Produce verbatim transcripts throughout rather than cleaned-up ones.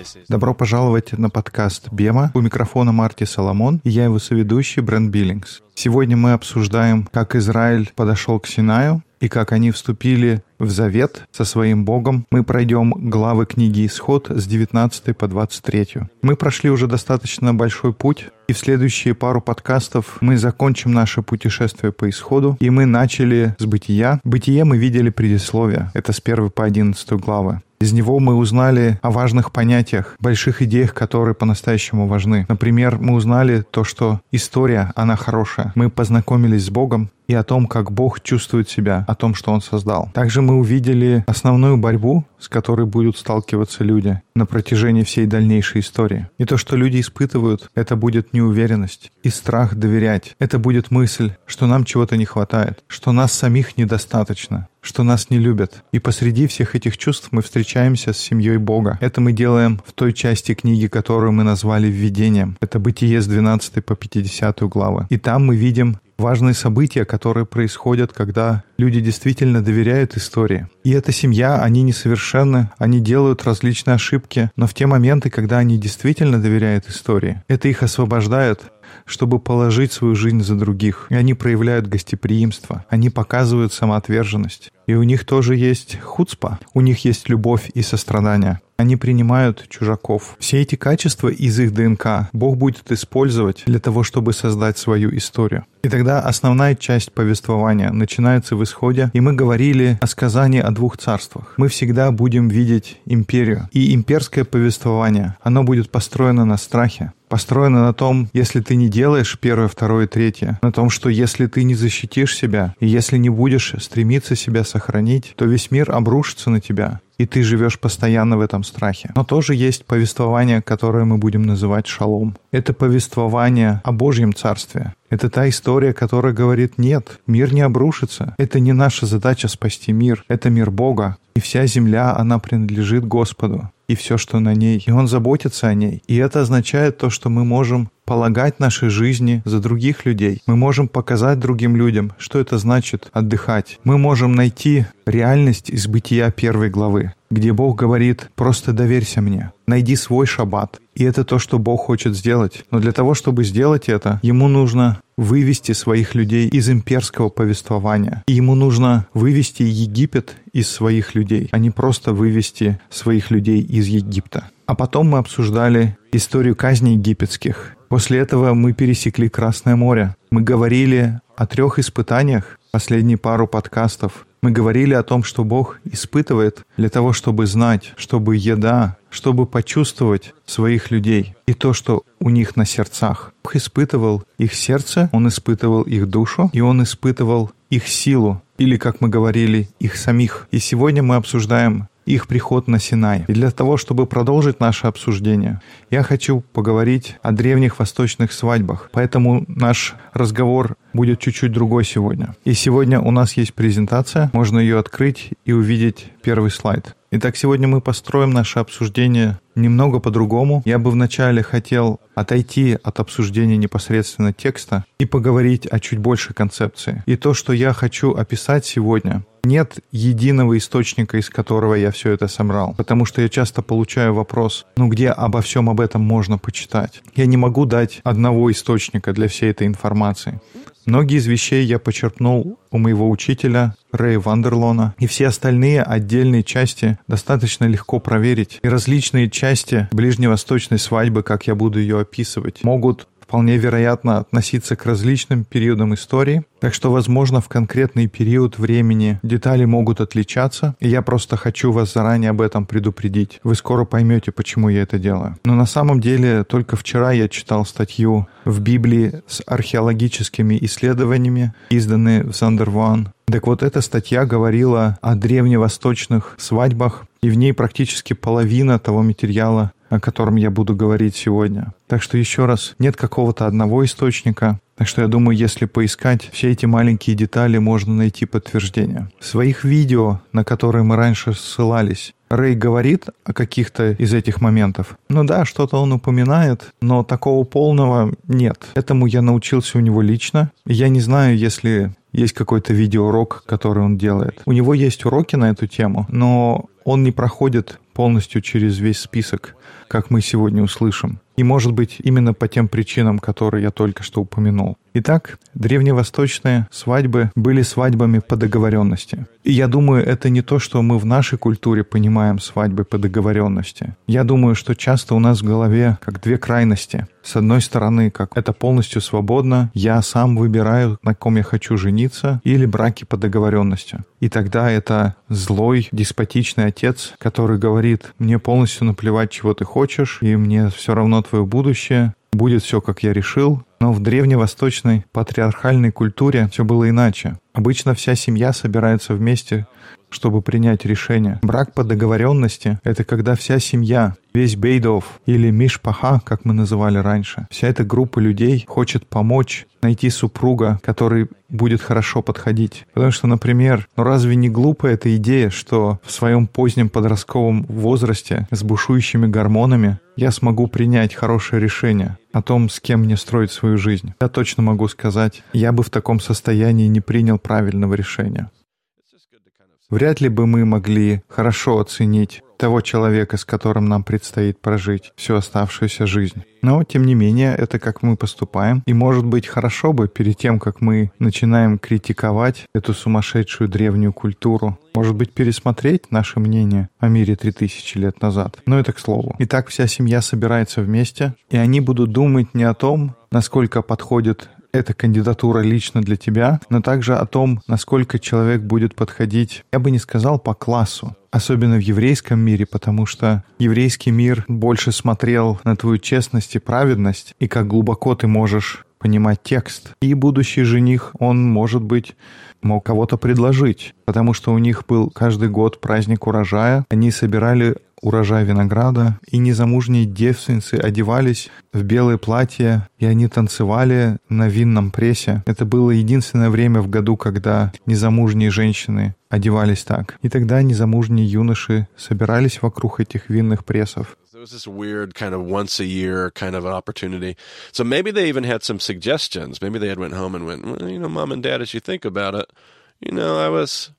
Добро пожаловать на подкаст Бема. У микрофона Марти Соломон, и я его соведущий Брент Биллингс. Сегодня мы обсуждаем, как Израиль подошел к Синаю и как они вступили в завет со своим Богом. Мы пройдем главы книги Исход с девятнадцатой по двадцать третью. Мы прошли уже достаточно большой путь, и в следующие пару подкастов мы закончим наше путешествие по Исходу, и мы начали с Бытия. В Бытие мы видели предисловие, это с первой по одиннадцатую главы. Из него мы узнали о важных понятиях, больших идеях, которые по-настоящему важны. Например, мы узнали то, что история, она хорошая. Мы познакомились с Богом и о том, как Бог чувствует себя, о том, что Он создал. Также мы увидели основную борьбу, с которой будут сталкиваться люди на протяжении всей дальнейшей истории. И то, что люди испытывают, это будет неуверенность и страх доверять. Это будет мысль, что нам чего-то не хватает, что нас самих недостаточно, что нас не любят. И посреди всех этих чувств мы встречаемся с семьей Бога. Это мы делаем в той части книги, которую мы назвали «Введением». Это Бытие с двенадцатой по пятидесятую главы. И там мы видим важные события, которые происходят, когда люди действительно доверяют истории. И эта семья, они несовершенны, они делают различные ошибки, но в те моменты, когда они действительно доверяют истории, это их освобождает, чтобы положить свою жизнь за других. И они проявляют гостеприимство, они показывают самоотверженность. И у них тоже есть хуцпа, у них есть любовь и сострадание. Они принимают чужаков. Все эти качества из их ДНК Бог будет использовать для того, чтобы создать свою историю. И тогда основная часть повествования начинается в Исходе, и мы говорили о сказании о двух царствах. Мы всегда будем видеть империю. И имперское повествование, оно будет построено на страхе. Построено на том, если ты не делаешь первое, второе, третье, на том, что если ты не защитишь себя, и если не будешь стремиться себя сохранить, то весь мир обрушится на тебя, и ты живешь постоянно в этом страхе. Но тоже есть повествование, которое мы будем называть шалом. Это повествование о Божьем Царстве. Это та история, которая говорит: нет, мир не обрушится. Это не наша задача спасти мир. Это мир Бога. И вся земля, она принадлежит Господу. И все, что на ней. И Он заботится о ней. И это означает то, что мы можем полагать наши жизни за других людей. Мы можем показать другим людям, что это значит отдыхать. Мы можем найти реальность из Бытия первой главы, где Бог говорит: просто доверься мне, найди свой шаббат. И это то, что Бог хочет сделать. Но для того, чтобы сделать это, Ему нужно вывести своих людей из имперского повествования. И Ему нужно вывести Египет из своих людей, а не просто вывести своих людей из Египта. А потом мы обсуждали историю казней египетских. После этого мы пересекли Красное море. Мы говорили о трех испытаниях, последние пару подкастов. Мы говорили о том, что Бог испытывает для того, чтобы знать, чтобы еда, чтобы почувствовать своих людей и то, что у них на сердцах. Бог испытывал их сердце, Он испытывал их душу, и Он испытывал их силу, или, как мы говорили, их самих. И сегодня мы обсуждаем их приход на Синай. И для того, чтобы продолжить наше обсуждение, я хочу поговорить о древних восточных свадьбах. Поэтому наш разговор будет чуть-чуть другой сегодня. И сегодня у нас есть презентация, можно ее открыть и увидеть первый слайд. Итак, сегодня мы построим наше обсуждение немного по-другому. Я бы вначале хотел отойти от обсуждения непосредственно текста и поговорить о чуть большей концепции. И то, что я хочу описать сегодня, нет единого источника, из которого я все это собрал. Потому что я часто получаю вопрос: ну где обо всем об этом можно почитать? Я не могу дать одного источника для всей этой информации. Многие из вещей я почерпнул у моего учителя Рэя Вандерлона, и все остальные отдельные части достаточно легко проверить. И различные части ближневосточной свадьбы, как я буду ее описывать, могут вполне вероятно относиться к различным периодам истории. Так что, возможно, в конкретный период времени детали могут отличаться, и я просто хочу вас заранее об этом предупредить. Вы скоро поймете, почему я это делаю. Но на самом деле, только вчера я читал статью в Библии с археологическими исследованиями, изданные в Зандерван. Так вот, эта статья говорила о древневосточных свадьбах, и в ней практически половина того материала, о котором я буду говорить сегодня. Так что еще раз, нет какого-то одного источника. Так что я думаю, если поискать все эти маленькие детали, можно найти подтверждение. В своих видео, на которые мы раньше ссылались, Рэй говорит о каких-то из этих моментов. Ну да, что-то он упоминает, но такого полного нет. Этому я научился у него лично. Я не знаю, если есть какой-то видеоурок, который он делает. У него есть уроки на эту тему, но он не проходит полностью через весь список, как мы сегодня услышим. И, может быть, именно по тем причинам, которые я только что упомянул. Итак, древневосточные свадьбы были свадьбами по договоренности. И я думаю, это не то, что мы в нашей культуре понимаем свадьбы по договоренности. Я думаю, что часто у нас в голове как две крайности. С одной стороны, как это полностью свободно, я сам выбираю, на ком я хочу жениться, или браки по договоренности. И тогда это злой, деспотичный отец, который говорит: мне полностью наплевать, чего ты хочешь, и мне все равно твое будущее, будет все, как я решил. Но в древневосточной патриархальной культуре все было иначе. Обычно вся семья собирается вместе, чтобы принять решение. Брак по договоренности — это когда вся семья, весь бейдов или мишпаха, как мы называли раньше, вся эта группа людей хочет помочь найти супруга, который будет хорошо подходить. Потому что, например, ну разве не глупая эта идея, что в своем позднем подростковом возрасте с бушующими гормонами я смогу принять хорошее решение о том, с кем мне строить свою жизнь? Я точно могу сказать, я бы в таком состоянии не принял правильного решения. Вряд ли бы мы могли хорошо оценить того человека, с которым нам предстоит прожить всю оставшуюся жизнь. Но, тем не менее, это как мы поступаем. И, может быть, хорошо бы перед тем, как мы начинаем критиковать эту сумасшедшую древнюю культуру, может быть, пересмотреть наше мнение о мире три тысячи лет назад. Но это к слову. Итак, вся семья собирается вместе, и они будут думать не о том, насколько подходит эта кандидатура лично для тебя, но также о том, насколько человек будет подходить, я бы не сказал по классу, особенно в еврейском мире, потому что еврейский мир больше смотрел на твою честность и праведность, и как глубоко ты можешь понимать текст. И будущий жених, он, может быть, мог кого-то предложить, потому что у них был каждый год праздник урожая, они собирали урожай винограда, и незамужние девственницы одевались в белые платья, и они танцевали на винном прессе. Это было единственное время в году, когда незамужние женщины одевались так. И тогда незамужние юноши собирались вокруг этих винных прессов. It was this weird kind of once a year kind of opportunity. So maybe they even had some suggestions. Maybe they had went home and went, well, you know, Mom and Dad, as you think about it, you know, I was...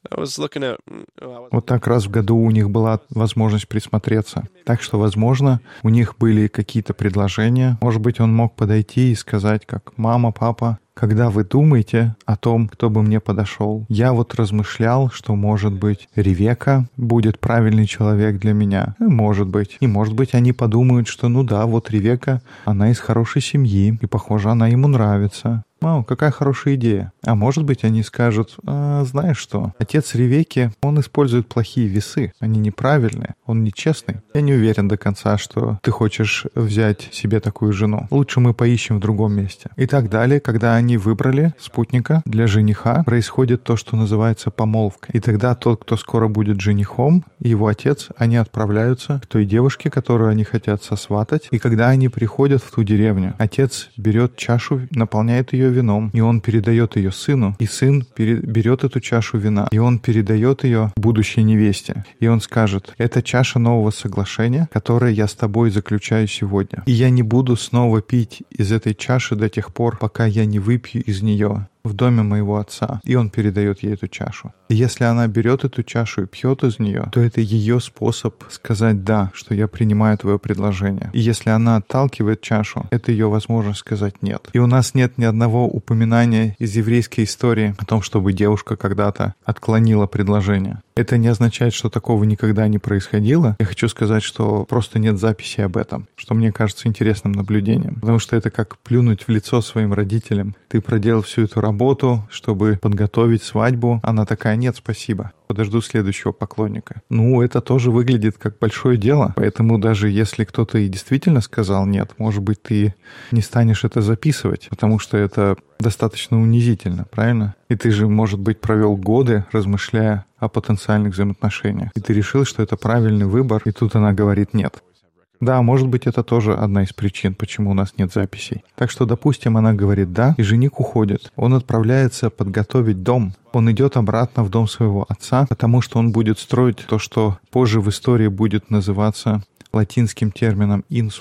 Вот так раз в году у них была возможность присмотреться. Так что, возможно, у них были какие-то предложения. Может быть, он мог подойти и сказать, как: «Мама, папа, когда вы думаете о том, кто бы мне подошел, я вот размышлял, что, может быть, Ревека будет правильный человек для меня. Может быть. И, может быть, они подумают, что, ну да, вот Ревека, она из хорошей семьи, и, похоже, она ему нравится. Вау, какая хорошая идея». А может быть, они скажут: а, знаешь что, отец Ревеки, он использует плохие весы, они неправильные, он нечестный. Я не уверен до конца, что ты хочешь взять себе такую жену. Лучше мы поищем в другом месте. И так далее. Когда они выбрали спутника для жениха, происходит то, что называется помолвка. И тогда тот, кто скоро будет женихом, и его отец, они отправляются к той девушке, которую они хотят сосватать. И когда они приходят в ту деревню, отец берет чашу, наполняет ее вином, и он передает ее сыну, и сын пере- берет эту чашу вина, и он передает ее будущей невесте. И он скажет: это чаша нового соглашения, которое я с тобой заключаю сегодня. И я не буду снова пить из этой чаши до тех пор, пока я не выпью из нее в доме моего отца». И он передает ей эту чашу. И если она берет эту чашу и пьет из нее, то это ее способ сказать «да», что я принимаю твое предложение. И если она отталкивает чашу, это ее возможность сказать «нет». И у нас нет ни одного упоминания из еврейской истории о том, чтобы девушка когда-то отклонила предложение. Это не означает, что такого никогда не происходило. Я хочу сказать, что просто нет записи об этом, что мне кажется интересным наблюдением. Потому что это как плюнуть в лицо своим родителям. Ты проделал всю эту работу, чтобы подготовить свадьбу. Она такая: нет, спасибо, подожду следующего поклонника. Ну, это тоже выглядит как большое дело. Поэтому даже если кто-то и действительно сказал «нет», может быть, ты не станешь это записывать, потому что это достаточно унизительно, правильно? И ты же, может быть, провел годы, размышляя о потенциальных взаимоотношениях. И ты решил, что это правильный выбор, и тут она говорит «нет». Да, может быть, это тоже одна из причин, почему у нас нет записей. Так что, допустим, она говорит «да», и жених уходит. Он отправляется подготовить дом. Он идет обратно в дом своего отца, потому что он будет строить то, что позже в истории будет называться латинским термином «инсула».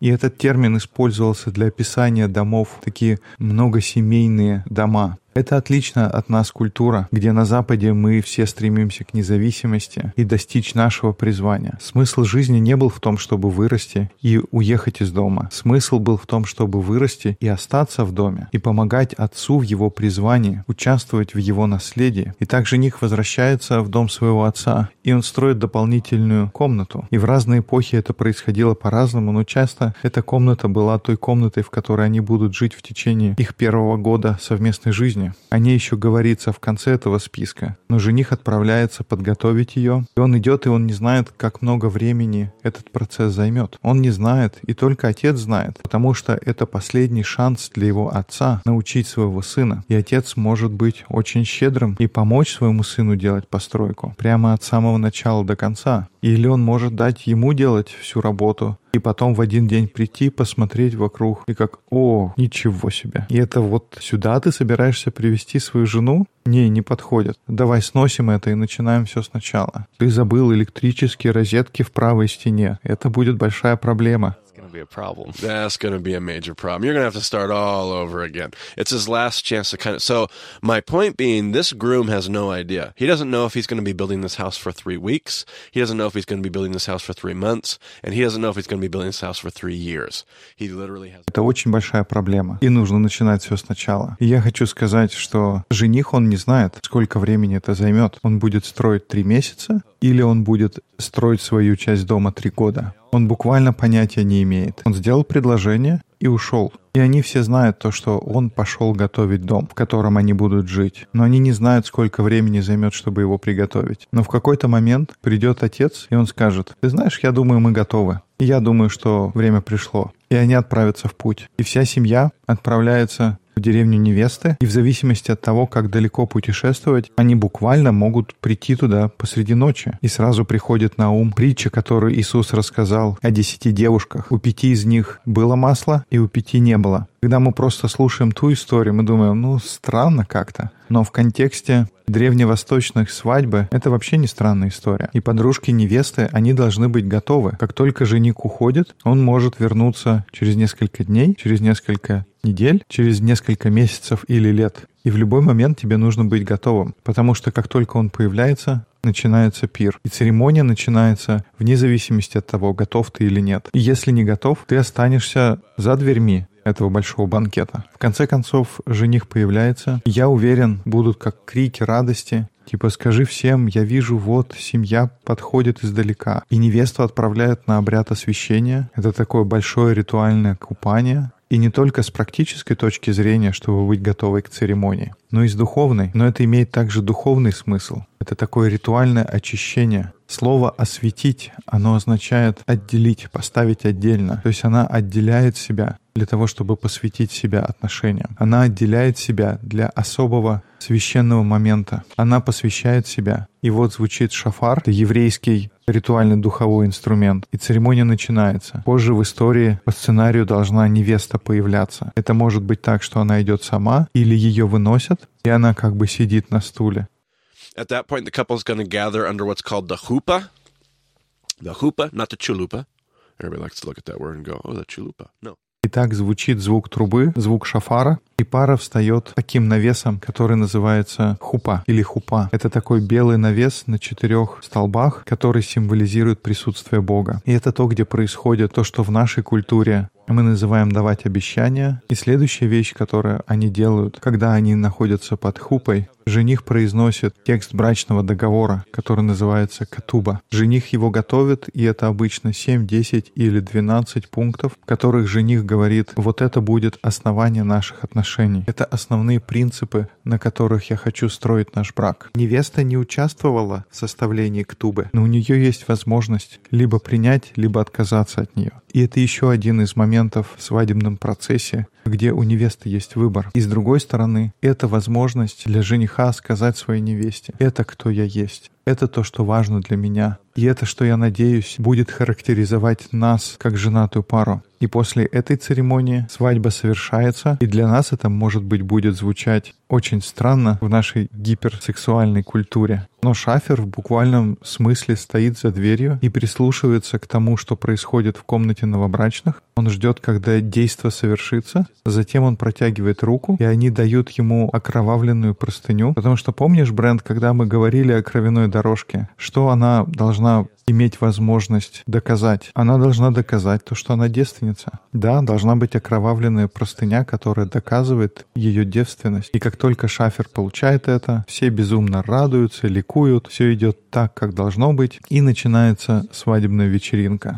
И этот термин использовался для описания домов, такие многосемейные дома. Это отлично от нас культура, где на Западе мы все стремимся к независимости и достичь нашего призвания. Смысл жизни не был в том, чтобы вырасти и уехать из дома. Смысл был в том, чтобы вырасти и остаться в доме, и помогать отцу в его призвании, участвовать в его наследии. И так жених возвращается в дом своего отца, и он строит дополнительную комнату. И в разные эпохи это происходило по-разному, но часто эта комната была той комнатой, в которой они будут жить в течение их первого года совместной жизни. О ней еще говорится в конце этого списка. Но жених отправляется подготовить ее, и он идет, и он не знает, как много времени этот процесс займет. Он не знает, и только отец знает, потому что это последний шанс для его отца научить своего сына. И отец может быть очень щедрым и помочь своему сыну делать постройку прямо от самого начала до конца. Или он может дать ему делать всю работу, и потом в один день прийти, посмотреть вокруг, и как «О, ничего себе! И это вот сюда ты собираешься привести свою жену? Не, не подходит. Давай сносим это и начинаем все сначала. Ты забыл электрические розетки в правой стене. Это будет большая проблема». Be a problem. That's going to be a major problem. You're going to have to start all over again. It's his last chance to kind of... So my point being, this groom has no idea. He doesn't know if he's going to be building this house for three weeks. He doesn't know if he's going to be building this house for three months. And he doesn't know if he's going to be building this house for three years. He literally has... Это очень большая проблема. И нужно начинать все сначала. И я хочу сказать, что жених, он не знает, сколько времени это займет. Он будет строить три месяца или он будет строить свою часть дома три года. Он буквально понятия не имеет. Он сделал предложение и ушел. И они все знают то, что он пошел готовить дом, в котором они будут жить. Но они не знают, сколько времени займет, чтобы его приготовить. Но в какой-то момент придет отец, и он скажет: «Ты знаешь, я думаю, мы готовы. И я думаю, что время пришло». И они отправятся в путь. И вся семья отправляется в деревню невесты, и в зависимости от того, как далеко путешествовать, они буквально могут прийти туда посреди ночи. И сразу приходит на ум притча, которую Иисус рассказал о десяти девушках. У пяти из них было масло, и у пяти не было. Когда мы просто слушаем ту историю, мы думаем, ну, странно как-то. Но в контексте древневосточных свадьбы это вообще не странная история. И подружки невесты, они должны быть готовы. Как только жених уходит, он может вернуться через несколько дней, через несколько недель, через несколько месяцев или лет. И в любой момент тебе нужно быть готовым, потому что как только он появляется, начинается пир. И церемония начинается вне зависимости от того, готов ты или нет. И если не готов, ты останешься за дверьми этого большого банкета. В конце концов, жених появляется. Я уверен, будут как крики радости. Типа, скажи всем, я вижу, вот, семья подходит издалека. И невесту отправляют на обряд освящения. Это такое большое ритуальное купание. И не только с практической точки зрения, чтобы быть готовой к церемонии, но и с духовной. Но это имеет также духовный смысл. Это такое ритуальное очищение. Слово «осветить», оно означает отделить, поставить отдельно. То есть она отделяет себя для того, чтобы посвятить себя отношениям. Она отделяет себя для особого священного момента. Она посвящает себя. И вот звучит шафар, это еврейский ритуальный духовой инструмент. И церемония начинается. Позже в истории по сценарию должна невеста появляться. Это может быть так, что она идет сама, или ее выносят, и она как бы сидит на стуле. At that point, the couple is going to gather under what's called the chuppah. The chuppah, not the chulupa. Everybody likes to look at that word and go, oh, the chulupa. No. И так звучит звук трубы, звук шафара, и пара встает таким навесом, который называется хупа или хупа. Это такой белый навес на четырех столбах, который символизирует присутствие Бога. И это то, где происходит то, что в нашей культуре мы называем давать обещания. И следующая вещь, которую они делают, когда они находятся под хупой, жених произносит текст брачного договора, который называется катуба. Жених его готовит, и это обычно семь, десять или двенадцать пунктов, в которых жених говорит, вот это будет основание наших отношений. Это основные принципы, на которых я хочу строить наш брак. Невеста не участвовала в составлении ктубы, но у нее есть возможность либо принять, либо отказаться от нее. И это еще один из моментов в свадебном процессе, где у невесты есть выбор. И с другой стороны, это возможность для жениха сказать своей невесте: это кто я есть, это то, что важно для меня. И это, что я надеюсь, будет характеризовать нас как женатую пару. И после этой церемонии свадьба совершается, и для нас это, может быть, будет звучать очень странно в нашей гиперсексуальной культуре. Но шафер в буквальном смысле стоит за дверью и прислушивается к тому, что происходит в комнате новобрачных. Он ждет, когда действо совершится, затем он протягивает руку, и они дают ему окровавленную простыню. Потому что помнишь, Брент, когда мы говорили о кровяной дорожке, что она должна иметь возможность доказать? Она должна доказать то, что она девственница. Да, должна быть окровавленная простыня, которая доказывает ее девственность. И как только шафер получает это, все безумно радуются, ликуют, все идет так, как должно быть, и начинается свадебная вечеринка.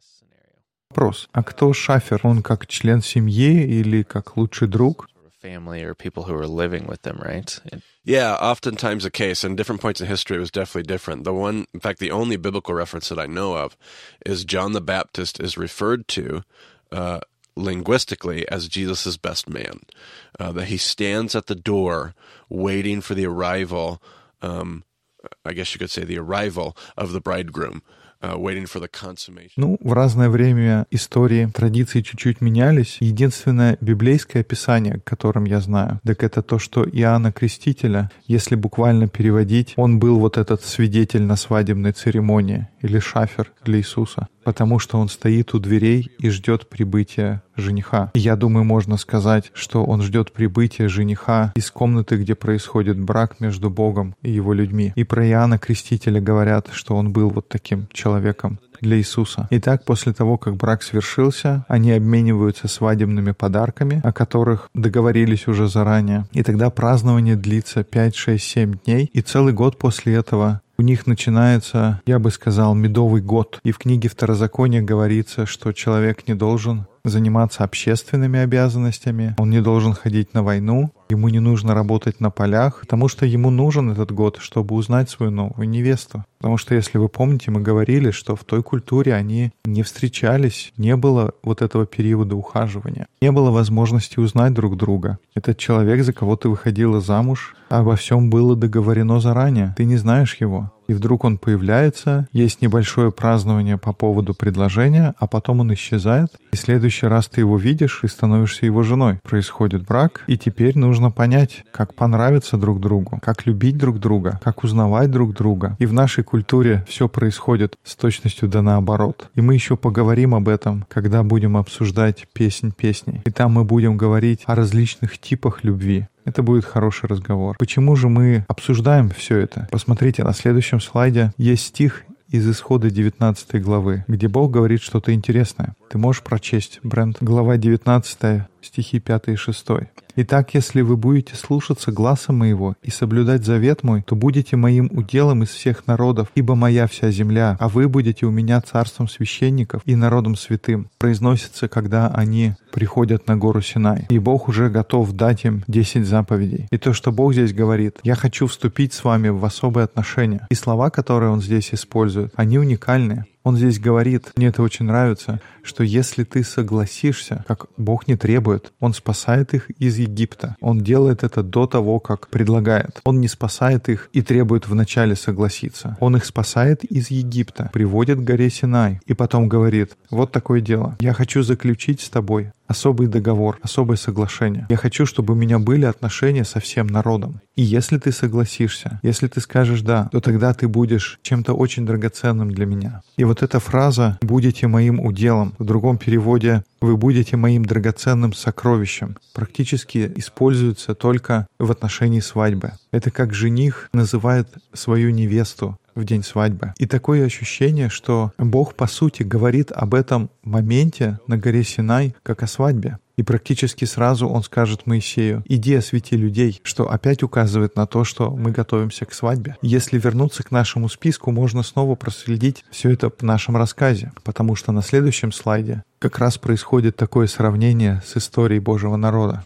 Вопрос: а кто шафер? Он как член семьи или как лучший друг? Family or people who are living with them, right? It, Yeah, oftentimes the case, and different points in history it was definitely different. The one, in fact, the only biblical reference that I know of is John the Baptist is referred to uh, linguistically as Jesus' best man. Uh, that he stands at the door waiting for the arrival, um, I guess you could say the arrival of the bridegroom. Uh, waiting for the consummation. Ну, в разное время истории, традиции чуть-чуть менялись. Единственное библейское описание, которым я знаю, так это то, что Иоанна Крестителя, если буквально переводить, он был вот этот свидетель на свадебной церемонии, или шафер для Иисуса, потому что он стоит у дверей и ждет прибытия жениха. И я думаю, можно сказать, что он ждет прибытия жениха из комнаты, где происходит брак между Богом и его людьми. И про Иоанна Крестителя говорят, что он был вот таким человеком для Иисуса. Итак, после того, как брак свершился, они обмениваются свадебными подарками, о которых договорились уже заранее. И тогда празднование длится пять, шесть, семь дней. И целый год после этого у них начинается, я бы сказал, медовый год. И в книге Второзакония говорится, что человек не должен заниматься общественными обязанностями, он не должен ходить на войну, ему не нужно работать на полях, потому что ему нужен этот год, чтобы узнать свою новую невесту. Потому что, если вы помните, мы говорили, что в той культуре они не встречались, не было вот этого периода ухаживания, не было возможности узнать друг друга. Этот человек, за кого ты выходила замуж, обо всем было договорено заранее, ты не знаешь его. И вдруг он появляется, есть небольшое празднование по поводу предложения, а потом он исчезает, и в следующий раз ты его видишь и становишься его женой. Происходит брак, и теперь нужно понять, как понравиться друг другу, как любить друг друга, как узнавать друг друга. И в нашей культуре все происходит с точностью да наоборот. И мы еще поговорим об этом, когда будем обсуждать «Песнь песней». И там мы будем говорить о различных типах любви. Это будет хороший разговор. Почему же мы обсуждаем все это? Посмотрите, на следующем слайде есть стих из Исхода девятнадцатой главы, где Бог говорит что-то интересное. Ты можешь прочесть, Брент? Глава девятнадцатая, стихи пятый и шестой. «Итак, если вы будете слушаться гласа моего и соблюдать завет мой, то будете моим уделом из всех народов, ибо моя вся земля, а вы будете у меня царством священников и народом святым». Произносится, когда они приходят на гору Синай. И Бог уже готов дать им десять заповедей. И то, что Бог здесь говорит: «Я хочу вступить с вами в особые отношения». И слова, которые Он здесь использует, они уникальные. Он здесь говорит, мне это очень нравится, что если ты согласишься, как Бог не требует, Он спасает их из Египта. Он делает это до того, как предлагает. Он не спасает их и требует вначале согласиться. Он их спасает из Египта, приводит к горе Синай и потом говорит: вот такое дело. Я хочу заключить с тобой особый договор, особое соглашение. Я хочу, чтобы у меня были отношения со всем народом. И если ты согласишься, если ты скажешь «да», то тогда ты будешь чем-то очень драгоценным для меня. И вот эта фраза «будете моим уделом», в другом переводе «вы будете моим драгоценным сокровищем», практически используется только в отношении свадьбы. Это как жених называет свою невесту в день свадьбы. И такое ощущение, что Бог, по сути, говорит об этом моменте на горе Синай, как о свадьбе. И практически сразу Он скажет Моисею: «Иди освети людей», что опять указывает на то, что мы готовимся к свадьбе. Если вернуться к нашему списку, можно снова проследить все это в нашем рассказе, потому что на следующем слайде как раз происходит такое сравнение с историей Божьего народа.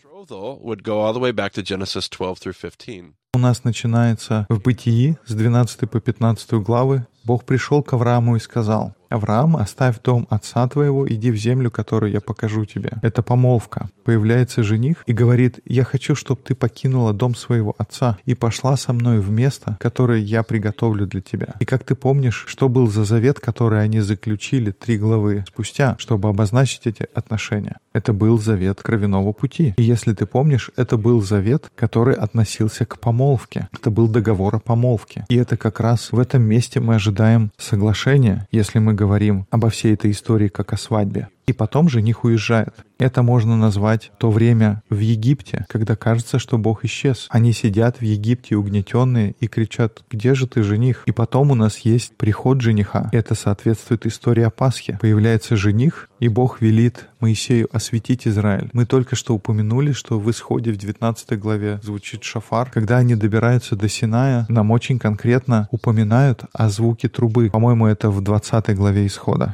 У нас начинается в Бытии с двенадцатой по пятнадцатую главы. Бог пришел к Аврааму и сказал: Авраам, оставь дом отца твоего, иди в землю, которую я покажу тебе. Это помолвка. Появляется жених и говорит: я хочу, чтобы ты покинула дом своего отца и пошла со мной в место, которое я приготовлю для тебя. И как ты помнишь, что был за завет, который они заключили три главы спустя, чтобы обозначить эти отношения? Это был завет кровяного пути. И если ты помнишь, это был завет, который относился к помолвке. Это был договор о помолвке. И это как раз в этом месте мы ожидаем соглашения, если мы говорим обо всей этой истории как о свадьбе. И потом жених уезжает. Это можно назвать то время в Египте, когда кажется, что Бог исчез. Они сидят в Египте угнетенные и кричат: «Где же ты, жених?» И потом у нас есть приход жениха. Это соответствует истории о Пасхе. Появляется жених, и Бог велит Моисею осветить Израиль. Мы только что упомянули, что в Исходе в девятнадцатой главе звучит шафар. Когда они добираются до Синая, нам очень конкретно упоминают о звуке трубы. По-моему, это в двадцатой главе Исхода.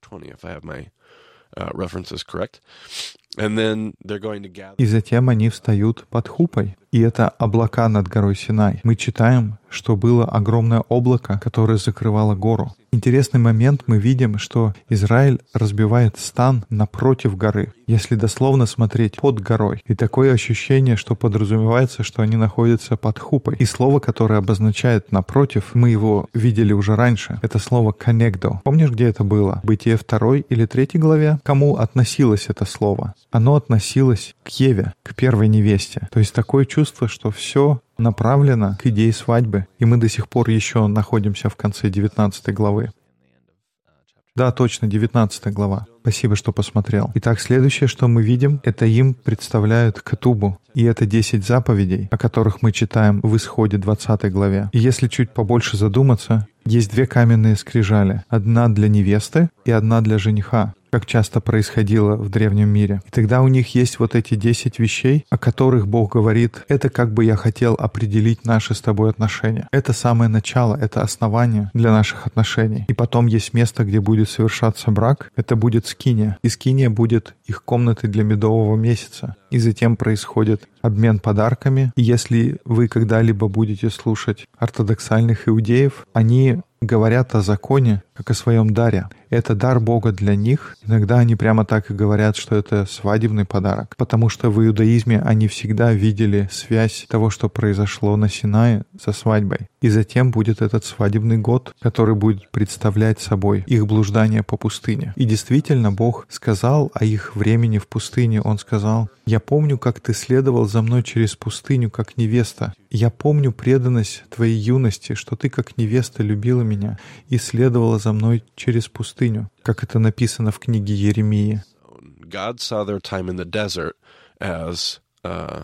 Uh, references correct. And then they're going to gather. И затем они встают под хупой. И это облака над горой Синай. Мы читаем, что было огромное облако, которое закрывало гору. Интересный момент, мы видим, что Израиль разбивает стан напротив горы, если дословно смотреть под горой. И такое ощущение, что подразумевается, что они находятся под хупой. И слово, которое обозначает «напротив», мы его видели уже раньше. Это слово «коннегдо». Помнишь, где это было? Бытие второй или третьей главе? Кому относилось это слово? Оно относилось к Еве, к первой невесте. То есть такое чувство, что все направлено к идее свадьбы, и мы до сих пор еще находимся в конце девятнадцатой главы. Да, точно, девятнадцатая глава. Спасибо, что посмотрел. Итак, следующее, что мы видим, это им представляют кетубу. И это десять заповедей, о которых мы читаем в Исходе двадцатой главе. И если чуть побольше задуматься, есть две каменные скрижали. Одна для невесты и одна для жениха, как часто происходило в древнем мире. И тогда у них есть вот эти десять вещей, о которых Бог говорит: это как бы я хотел определить наши с тобой отношения. Это самое начало, это основание для наших отношений. И потом есть место, где будет совершаться брак. Это будет скиния. И скиния будет их комнатой для медового месяца. И затем происходит обмен подарками. И если вы когда-либо будете слушать ортодоксальных иудеев, они говорят о законе как о своем даре. Это дар Бога для них. Иногда они прямо так и говорят, что это свадебный подарок, потому что в иудаизме они всегда видели связь того, что произошло на Синае, со свадьбой. И затем будет этот свадебный год, который будет представлять собой их блуждание по пустыне. И действительно, Бог сказал о их времени в пустыне. Он сказал: «Я помню, как ты следовал за мной через пустыню, как невеста. Я помню преданность твоей юности, что ты, как невеста, любила меня и следовала за мной через пустыню», как это написано в книге Иеремии. God saw their time in the desert as uh,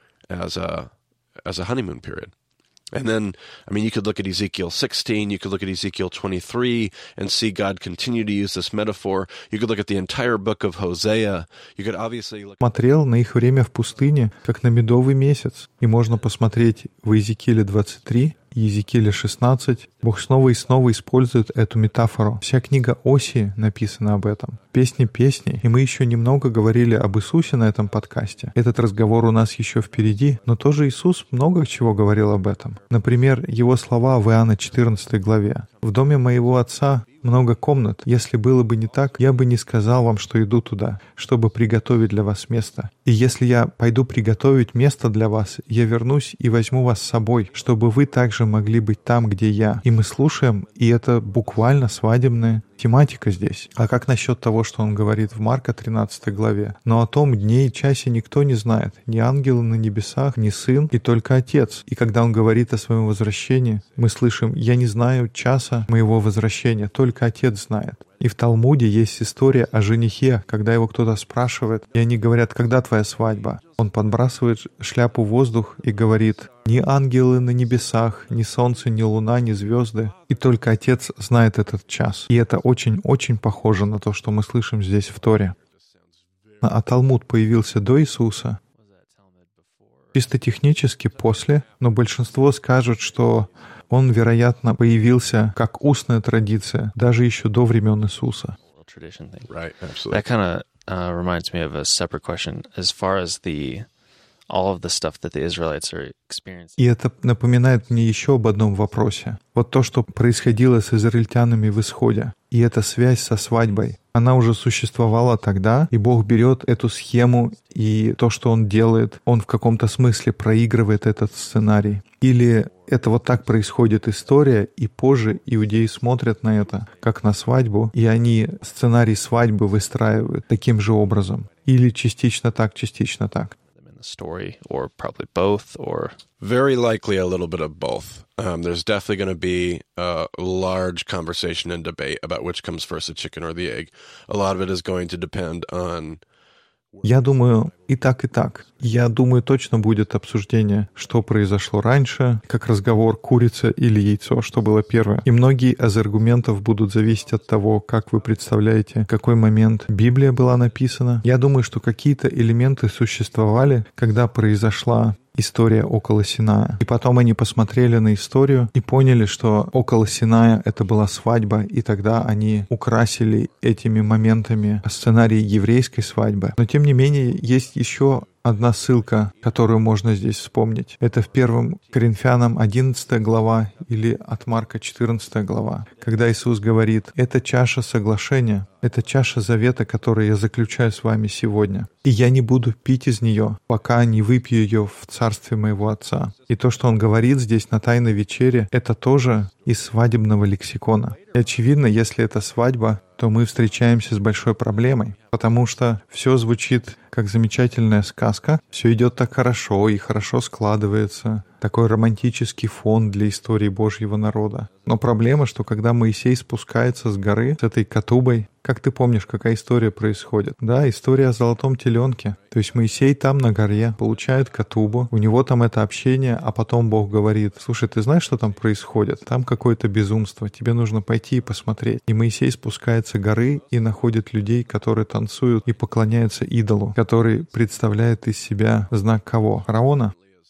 as a as a honeymoon period. And then, I mean, you could look at Ezekiel sixteen, you could look at Ezekiel twenty-three and see God continue to use this metaphor. You could look at the entire book of Hosea. You could obviously look... Смотрел на их время в пустыне, как на медовый месяц. И можно посмотреть в Иезекииле двадцать три, Иезекииле шестнадцать. Бог снова и снова использует эту метафору. Вся книга Осии написана об этом. Песни песней. И мы еще немного говорили об Иисусе на этом подкасте. Этот разговор у нас еще впереди, но тоже Иисус много чего говорил об этом. Например, его слова в Иоанна четырнадцатой главе. «В доме моего Отца много комнат. Если было бы не так, я бы не сказал вам, что иду туда, чтобы приготовить для вас место. И если я пойду приготовить место для вас, я вернусь и возьму вас с собой, чтобы вы также могли быть там, где я». И мы слушаем, и это буквально свадебная тематика здесь. А как насчет того, что он говорит в Марка тринадцатой главе? «Но о том дне и часе никто не знает, ни ангелы на небесах, ни Сын, и только Отец». И когда он говорит о своем возвращении, мы слышим: «Я не знаю часа моего возвращения, только Отец знает». И в Талмуде есть история о женихе, когда его кто-то спрашивает, и они говорят: «Когда твоя свадьба?» Он подбрасывает шляпу в воздух и говорит: «Ни ангелы на небесах, ни солнце, ни луна, ни звезды, и только Отец знает этот час». И это очень-очень похоже на то, что мы слышим здесь в Торе. А Талмуд появился до Иисуса? Чисто технически после, но большинство скажут, что он, вероятно, появился как устная традиция даже еще до времен Иисуса. Right, absolutely. That kind of uh, reminds me of a separate question as far as the all of the stuff that the Israelites are experiencing. И это напоминает мне еще об одном вопросе. Вот то, что происходило с израильтянами в Исходе, и эта связь со свадьбой, она уже существовала тогда, и Бог берет эту схему и то, что Он делает, Он в каком-то смысле проигрывает этот сценарий. Или это вот так происходит история, и позже иудеи смотрят на это, как на свадьбу, и они сценарий свадьбы выстраивают таким же образом. Или частично так, частично так. Story, or probably both, or very likely a little bit of both. Um, there's definitely going to be a large conversation and debate about which comes first, the chicken or the egg. A lot of it is going to depend on. Я думаю, и так, и так. Я думаю, точно будет обсуждение, что произошло раньше, как разговор курица или яйцо, что было первое. И многие из аргументов будут зависеть от того, как вы представляете, в какой момент Библия была написана. Я думаю, что какие-то элементы существовали, когда произошла история около Синая. И потом они посмотрели на историю и поняли, что около Синая это была свадьба, и тогда они украсили этими моментами сценарий еврейской свадьбы. Но тем не менее, есть еще одна ссылка, которую можно здесь вспомнить. Это в первом Коринфянам одиннадцатая глава или от Марка четырнадцатая глава, когда Иисус говорит: «Это чаша соглашения, это чаша завета, которую я заключаю с вами сегодня. И я не буду пить из нее, пока не выпью ее в царстве моего Отца». И то, что Он говорит здесь на Тайной вечере, это тоже из свадебного лексикона. И очевидно, если это свадьба, то мы встречаемся с большой проблемой, потому что все звучит как замечательная сказка, все идет так хорошо и хорошо складывается, такой романтический фон для истории Божьего народа. Но проблема, что когда Моисей спускается с горы с этой Кетубой, как ты помнишь, какая история происходит? Да, история о золотом теленке. То есть Моисей там на горе получает Кетубу, у него там это общение, а потом Бог говорит: слушай, ты знаешь, что там происходит? Там какое-то безумство, тебе нужно пойти и посмотреть. И Моисей спускается с горы и находит людей, которые танцуют и поклоняются идолу, который представляет из себя знак кого? Фараона?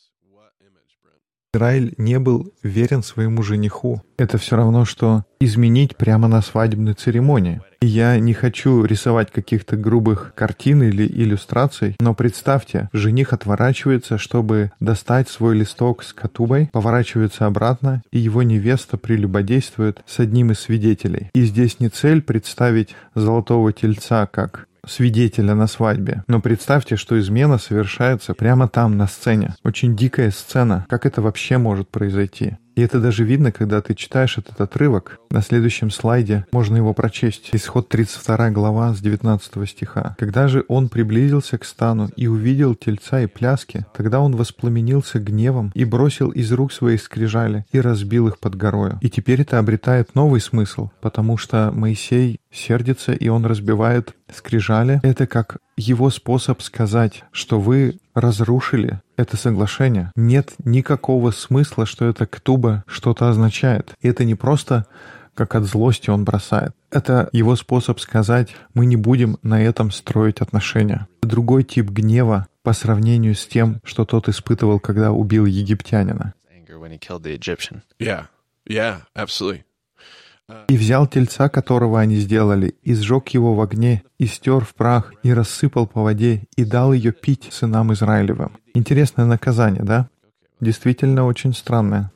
Израиль не был верен своему жениху. Это все равно, что изменить прямо на свадебной церемонии. И я не хочу рисовать каких-то грубых картин или иллюстраций, но представьте, жених отворачивается, чтобы достать свой листок с Кетубой, поворачивается обратно, и его невеста прелюбодействует с одним из свидетелей. И здесь не цель представить золотого тельца как свидетеля на свадьбе. Но представьте, что измена совершается прямо там, на сцене. Очень дикая сцена. Как это вообще может произойти? И это даже видно, когда ты читаешь этот отрывок. На следующем слайде можно его прочесть. Исход тридцать вторая глава с девятнадцатого стиха. «Когда же он приблизился к стану и увидел тельца и пляски, тогда он воспламенился гневом и бросил из рук свои скрижали и разбил их под горою». И теперь это обретает новый смысл, потому что Моисей сердится, и он разбивает скрижали. Это как его способ сказать, что вы разрушили это соглашение. Нет никакого смысла, что эта Кетуба что-то означает. И это не просто как от злости он бросает. Это его способ сказать: мы не будем на этом строить отношения. Другой тип гнева по сравнению с тем, что тот испытывал, когда убил египтянина. Yeah, yeah, absolutely. «И взял тельца, которого они сделали, и сжег его в огне, и стер в прах, и рассыпал по воде, и дал ее пить сынам Израилевым». Интересное наказание, да? Действительно очень странное.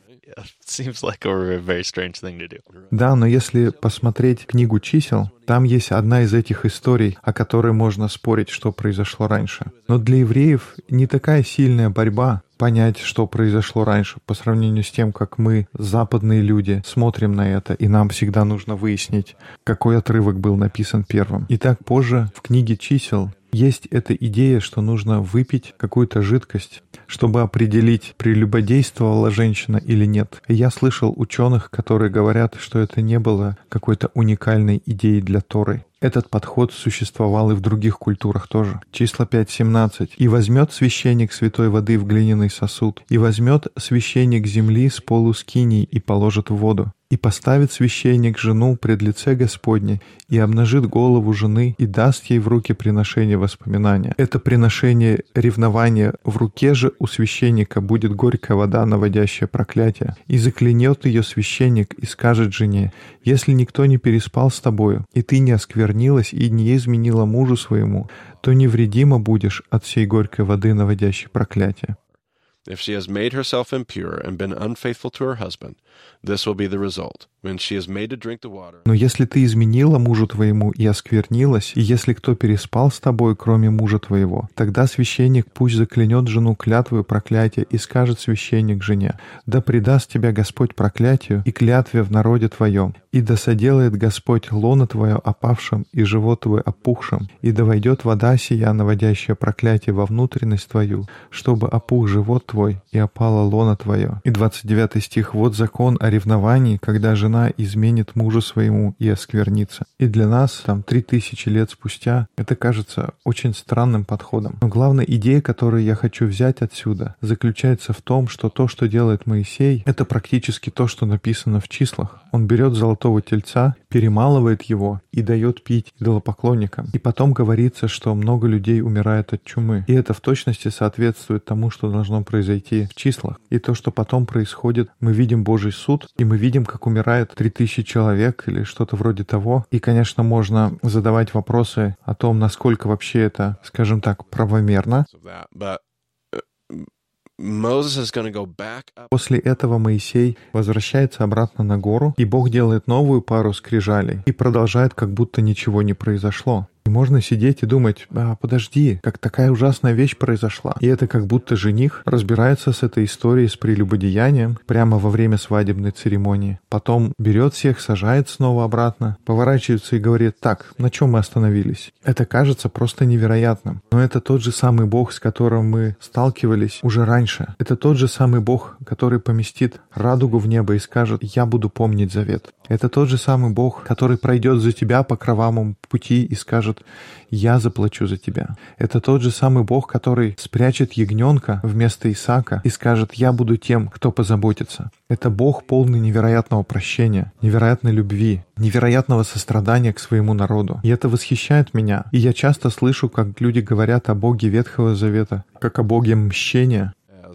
Да, но если посмотреть книгу чисел, там есть одна из этих историй, о которой можно спорить, что произошло раньше. Но для евреев не такая сильная борьба понять, что произошло раньше, по сравнению с тем, как мы, западные люди, смотрим на это, и нам всегда нужно выяснить, какой отрывок был написан первым. Итак, позже в книге чисел есть эта идея, что нужно выпить какую-то жидкость, чтобы определить, прелюбодействовала женщина или нет. И я слышал ученых, которые говорят, что это не было какой-то уникальной идеей для Торы. Этот подход существовал и в других культурах тоже. Числа пять семнадцать. «И возьмет священник святой воды в глиняный сосуд, и возьмет священник земли с полу скинии и положит в воду. И поставит священник жену пред лице Господне, и обнажит голову жены, и даст ей в руки приношение воспоминания. Это приношение ревнования. В руке же у священника будет горькая вода, наводящая проклятие. И заклянет ее священник, и скажет жене: если никто не переспал с тобою, и ты не осквернил осквернилась и не изменила мужу своему, то невредимо будешь от всей горькой воды, наводящей проклятие. If she has made herself impure and been unfaithful to her husband, this will be the result. When she is made to drink the water. Но если ты изменила мужу твоему и осквернилась, и если кто переспал с тобой, кроме мужа твоего, тогда священник пусть заклянет жену клятвою проклятия, и скажет священник жене: да предаст тебя Господь проклятию и клятве в народе твоем, и да соделает Господь лоно твое опавшим и живот твой опухшим, и да войдет вода сия, наводящая проклятие, во внутренность твою, чтобы опух живот твой и опало лоно твое. И двадцать девятый стих: вот закон о ревновании, когда жена изменит мужу своему и осквернится. И для нас, там, три тысячи лет спустя, это кажется очень странным подходом. Но главная идея, которую я хочу взять отсюда, заключается в том, что то, что делает Моисей, это практически то, что написано в числах. Он берет золотого тельца, перемалывает его и дает пить идолопоклонникам. И потом говорится, что много людей умирает от чумы. И это в точности соответствует тому, что должно произойти в числах. И то, что потом происходит, мы видим Божий суд, и мы видим, как умирает три тысячи человек или что-то вроде того. И, конечно, можно задавать вопросы о том, насколько вообще это, скажем так, правомерно. После этого Моисей возвращается обратно на гору, и Бог делает новую пару скрижалей и продолжает, как будто ничего не произошло. И можно сидеть и думать: а, подожди, как такая ужасная вещь произошла. И это как будто жених разбирается с этой историей, с прелюбодеянием прямо во время свадебной церемонии. Потом берет всех, сажает снова обратно, поворачивается и говорит: так, на чем мы остановились? Это кажется просто невероятным. Но это тот же самый Бог, с которым мы сталкивались уже раньше. Это тот же самый Бог, который поместит радугу в небо и скажет: я буду помнить завет. Это тот же самый Бог, который пройдет за тебя по кровавому пути и скажет: я заплачу за тебя. Это тот же самый Бог, который спрячет ягненка вместо Исаака и скажет: я буду тем, кто позаботится. Это Бог, полный невероятного прощения, невероятной любви, невероятного сострадания к своему народу. И это восхищает меня. И я часто слышу, как люди говорят о Боге Ветхого Завета, как о Боге мщения.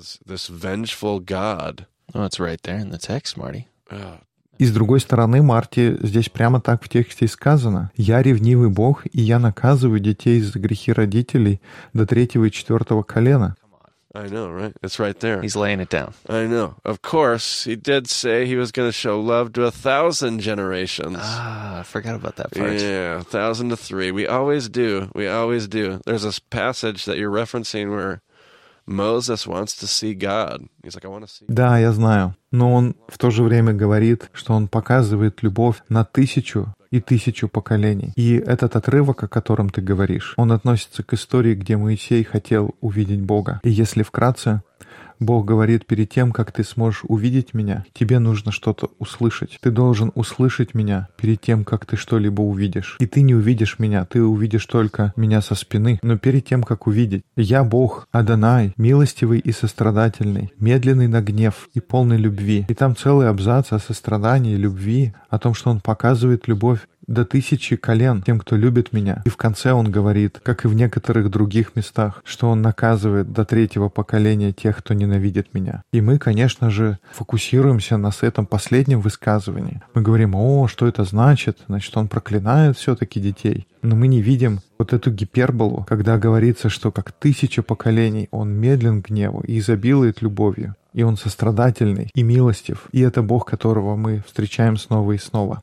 Oh, it's right there in the text, Marty. И с другой стороны, Марти, здесь прямо так в тексте и сказано: «Я ревнивый Бог, и я наказываю детей за грехи родителей до третьего и четвертого колена». I know, right? It's right there. He's laying it down. I know. Of course, he did say he was going to show love to a thousand generations. Ah, I forgot about that part. Yeah, a thousand to three. We always do. We always do. There's this passage that you're referencing where Moses wants to see God. He's like, I want to see God. Да, я знаю. Но он в то же время говорит, что он показывает любовь на тысячу и тысячу поколений. И этот отрывок, о котором ты говоришь, он относится к истории, где Моисей хотел увидеть Бога. И если вкратце, Бог говорит: перед тем, как ты сможешь увидеть меня, тебе нужно что-то услышать. Ты должен услышать меня перед тем, как ты что-либо увидишь. И ты не увидишь меня, ты увидишь только меня со спины. Но перед тем, как увидеть, я Бог, Адонай, милостивый и сострадательный, медленный на гнев и полный любви. И там целый абзац о сострадании, любви, о том, что он показывает любовь до тысячи колен тем, кто любит меня. И в конце он говорит, как и в некоторых других местах, что он наказывает до третьего поколения тех, кто ненавидит меня. И мы, конечно же, фокусируемся на этом последнем высказывании. Мы говорим: о, что это значит? Значит, он проклинает все-таки детей. Но мы не видим вот эту гиперболу, когда говорится, что как тысяча поколений он медлен к гневу и изобилует любовью. И он сострадательный и милостив. И это Бог, которого мы встречаем снова и снова.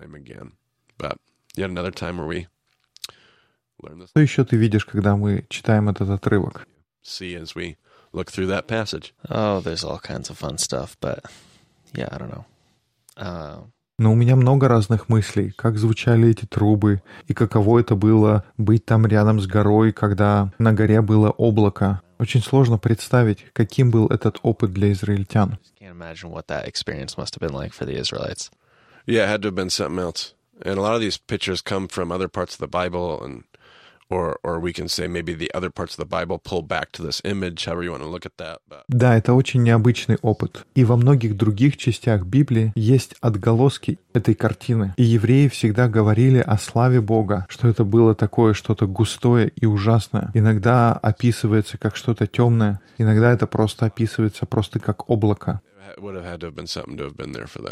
But yet another time where we learn this. Что еще ты видишь, когда мы читаем этот отрывок? See as we look through that passage. Oh, there's all kinds of fun stuff, but yeah, I don't know. Uh... Но у меня много разных мыслей, как звучали эти трубы, и каково это было быть там рядом с горой, когда на горе было облако. Очень сложно представить, каким был этот опыт для израильтян. Can't imagine what that experience must have been like for the Israelites. Yeah, it had to have been something else. And a lot of these pictures come from other parts of the Bible, and or or we can say maybe the other parts of the Bible pull back to this image, however you want to look at that. But... Да, это очень необычный опыт. И во многих других частях Библии есть отголоски этой картины. И евреи всегда говорили о славе Бога, что это было такое что-то густое и ужасное. Иногда описывается как что-то темное, иногда это просто описывается просто как облако.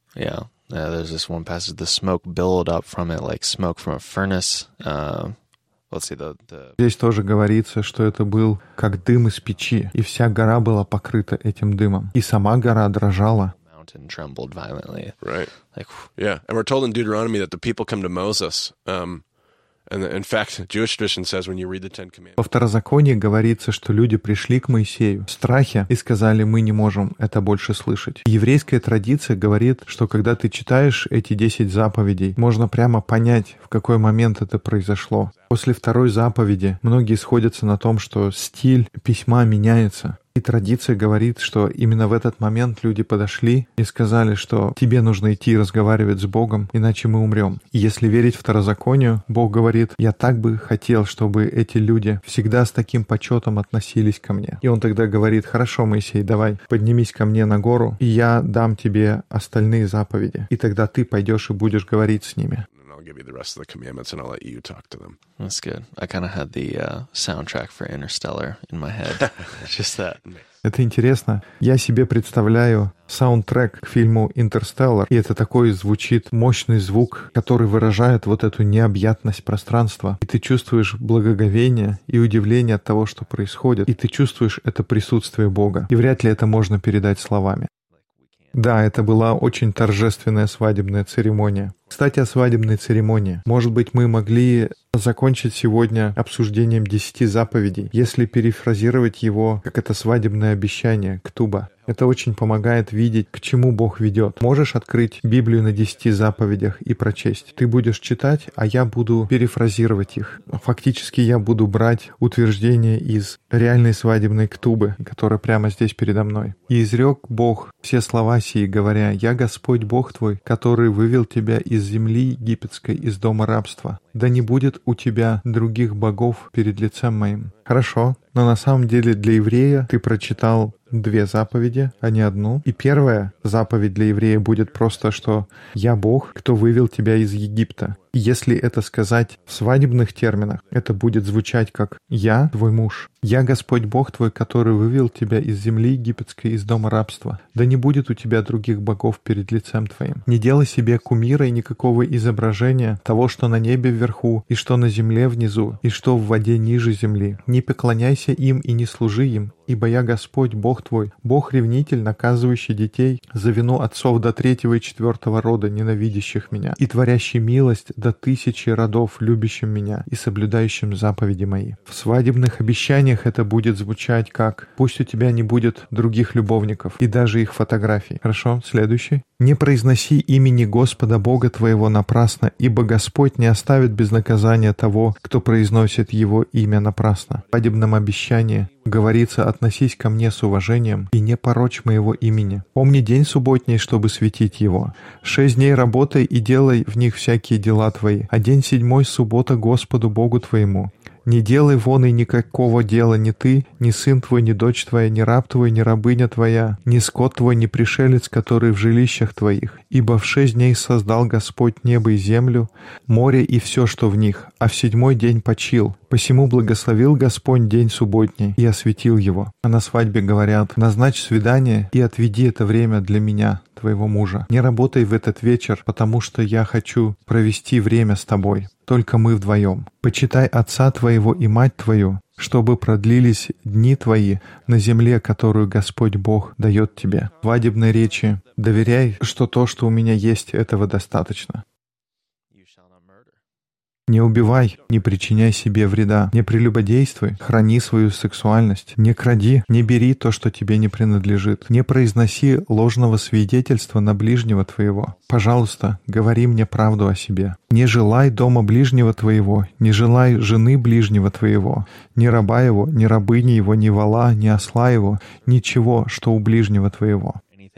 Yeah. Uh, there's this one passage, the smoke billowed up from it like smoke from a furnace. Uh, let's see, the, the... Здесь тоже говорится, что это был как дым из печи, и вся гора была покрыта этим дымом, и сама гора дрожала. mountain trembled violently. Right. Like, yeah. And we're told in Deuteronomy that the people come to Moses. Um, and in fact, Jewish tradition says when you read the Ten Commandments. Во Второзаконии говорится, что люди пришли к Моисею в страхе и сказали: мы не можем это больше слышать. Еврейская традиция говорит, что когда ты читаешь эти десять заповедей, можно прямо понять, в какой момент это произошло. После второй заповеди многие сходятся на том, что стиль письма меняется. И традиция говорит, что именно в этот момент люди подошли и сказали, что тебе нужно идти разговаривать с Богом, иначе мы умрем. И если верить Второзаконию, Бог говорит: я так бы хотел, чтобы эти люди всегда с таким почетом относились ко мне. И он тогда говорит: хорошо, Моисей, давай, поднимись ко мне на гору, и я дам тебе остальные заповеди. И тогда ты пойдешь и будешь говорить с ними. I'll give you the rest of the commandments and I'll let you talk to them. That's good. I kind of had the uh, soundtrack for Interstellar in my head. Just that. Это интересно. Я себе представляю саундтрек к фильму «Интерстеллар», и это такой звучит мощный звук, который выражает вот эту необъятность пространства. И ты чувствуешь благоговение и удивление от того, что происходит, и ты чувствуешь это присутствие Бога. И вряд ли это можно передать словами. Да, это была очень торжественная свадебная церемония. Кстати, о свадебной церемонии. Может быть, мы могли закончить сегодня обсуждением десяти заповедей, если перефразировать его как это свадебное обещание, ктуба. Это очень помогает видеть, к чему Бог ведет. Можешь открыть Библию на десяти заповедях и прочесть. Ты будешь читать, а я буду перефразировать их. Фактически я буду брать утверждения из реальной свадебной ктубы, которая прямо здесь передо мной. «И изрек Бог все слова сии, говоря: Я Господь Бог твой, который вывел тебя из земли египетской, из дома рабства. Да не будет у тебя других богов перед лицем моим». Хорошо, но на самом деле для еврея ты прочитал две заповеди, а не одну. И первая заповедь для еврея будет просто, что «Я Бог, кто вывел тебя из Египта». И если это сказать в свадебных терминах, это будет звучать как «Я твой муж». «Я Господь Бог твой, который вывел тебя из земли египетской, из дома рабства. Да не будет у тебя других богов перед лицем твоим. Не делай себе кумира и никакого изображения того, что на небе вверху, и что на земле внизу, и что в воде ниже земли. Не поклоняйся им и не служи им, ибо я Господь Бог твой, Бог-ревнитель, наказывающий детей за вину отцов до третьего и четвертого рода, ненавидящих меня, и творящий милость до тысячи родов, любящим меня и соблюдающим заповеди мои». В свадебных обещаниях это будет звучать как «Пусть у тебя не будет других любовников и даже их фотографий». Хорошо, следующий. «Не произноси имени Господа Бога твоего напрасно, ибо Господь не оставит без наказания того, кто произносит Его имя напрасно». В свадебном обещании говорится: «Относись ко мне с уважением и не порочь моего имени. Помни день субботний, чтобы светить его. Шесть дней работай и делай в них всякие дела твои, а день седьмой — суббота Господу Богу твоему. Не делай вон и никакого дела ни ты, ни сын твой, ни дочь твоя, ни раб твой, ни рабыня твоя, ни скот твой, ни пришелец, который в жилищах твоих. Ибо в шесть дней создал Господь небо и землю, море и все, что в них, а в седьмой день почил. Посему благословил Господь день субботний и осветил его». А на свадьбе говорят: «Назначь свидание и отведи это время для меня, твоего мужа. Не работай в этот вечер, потому что я хочу провести время с тобой. Только мы вдвоем. Почитай отца твоего и мать твою, чтобы продлились дни твои на земле, которую Господь Бог дает тебе». В свадебной речи доверяй, что то, что у меня есть, этого достаточно. Не убивай, не причиняй себе вреда, не прелюбодействуй, храни свою сексуальность, не кради, не бери то, что тебе не принадлежит, не произноси ложного свидетельства на ближнего твоего. Пожалуйста, говори мне правду о себе. Не желай дома ближнего твоего, не желай жены ближнего твоего, ни раба его, ни рабыни его, ни вола, ни осла его, ничего, что у ближнего твоего.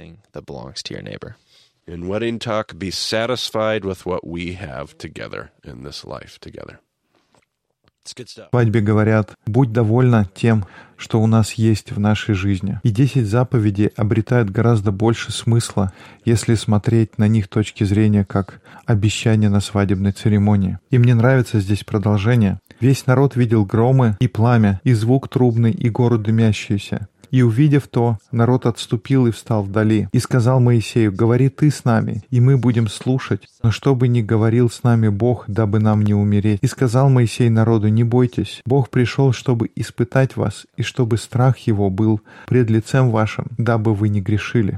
In wedding talk, be satisfied with what we have together in this life together. It's good stuff. В свадьбе говорят: «Будь довольна тем, что у нас есть в нашей жизни». И десять заповедей обретают гораздо больше смысла, если смотреть на них с точки зрения как обещание на свадебной церемонии. И мне нравится здесь продолжение. «Весь народ видел громы и пламя, и звук трубный, и гору дымящуюся. И увидев то, народ отступил и встал вдали. И сказал Моисею: говори ты с нами, и мы будем слушать. Но чтобы не говорил с нами Бог, дабы нам не умереть. И сказал Моисей народу: не бойтесь, Бог пришел, чтобы испытать вас, и чтобы страх его был пред лицем вашим, дабы вы не грешили.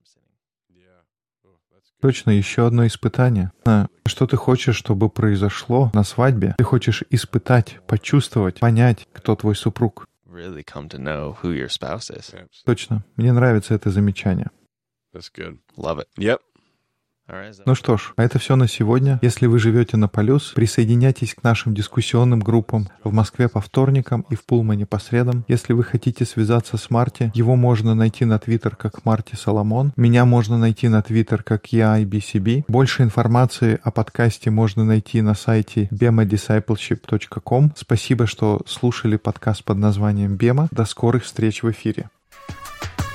Точно, еще одно испытание. А что ты хочешь, чтобы произошло на свадьбе? Ты хочешь испытать, почувствовать, понять, кто твой супруг. Really come to know who your spouse is. Точно. Мне нравится это замечание. That's good. Love it. Yep. All right. Ну что ж, а это все на сегодня. Если вы живете на Полюс, присоединяйтесь к нашим дискуссионным группам в Москве по вторникам и в Пулмане по средам. Если вы хотите связаться с Марти, его можно найти на Твиттер как Марти Соломон. Меня можно найти на Твиттер как и ай би си би. Больше информации о подкасте можно найти на сайте бема дисайплшип точка ком. Спасибо, что слушали подкаст под названием «Бема». До скорых встреч в эфире.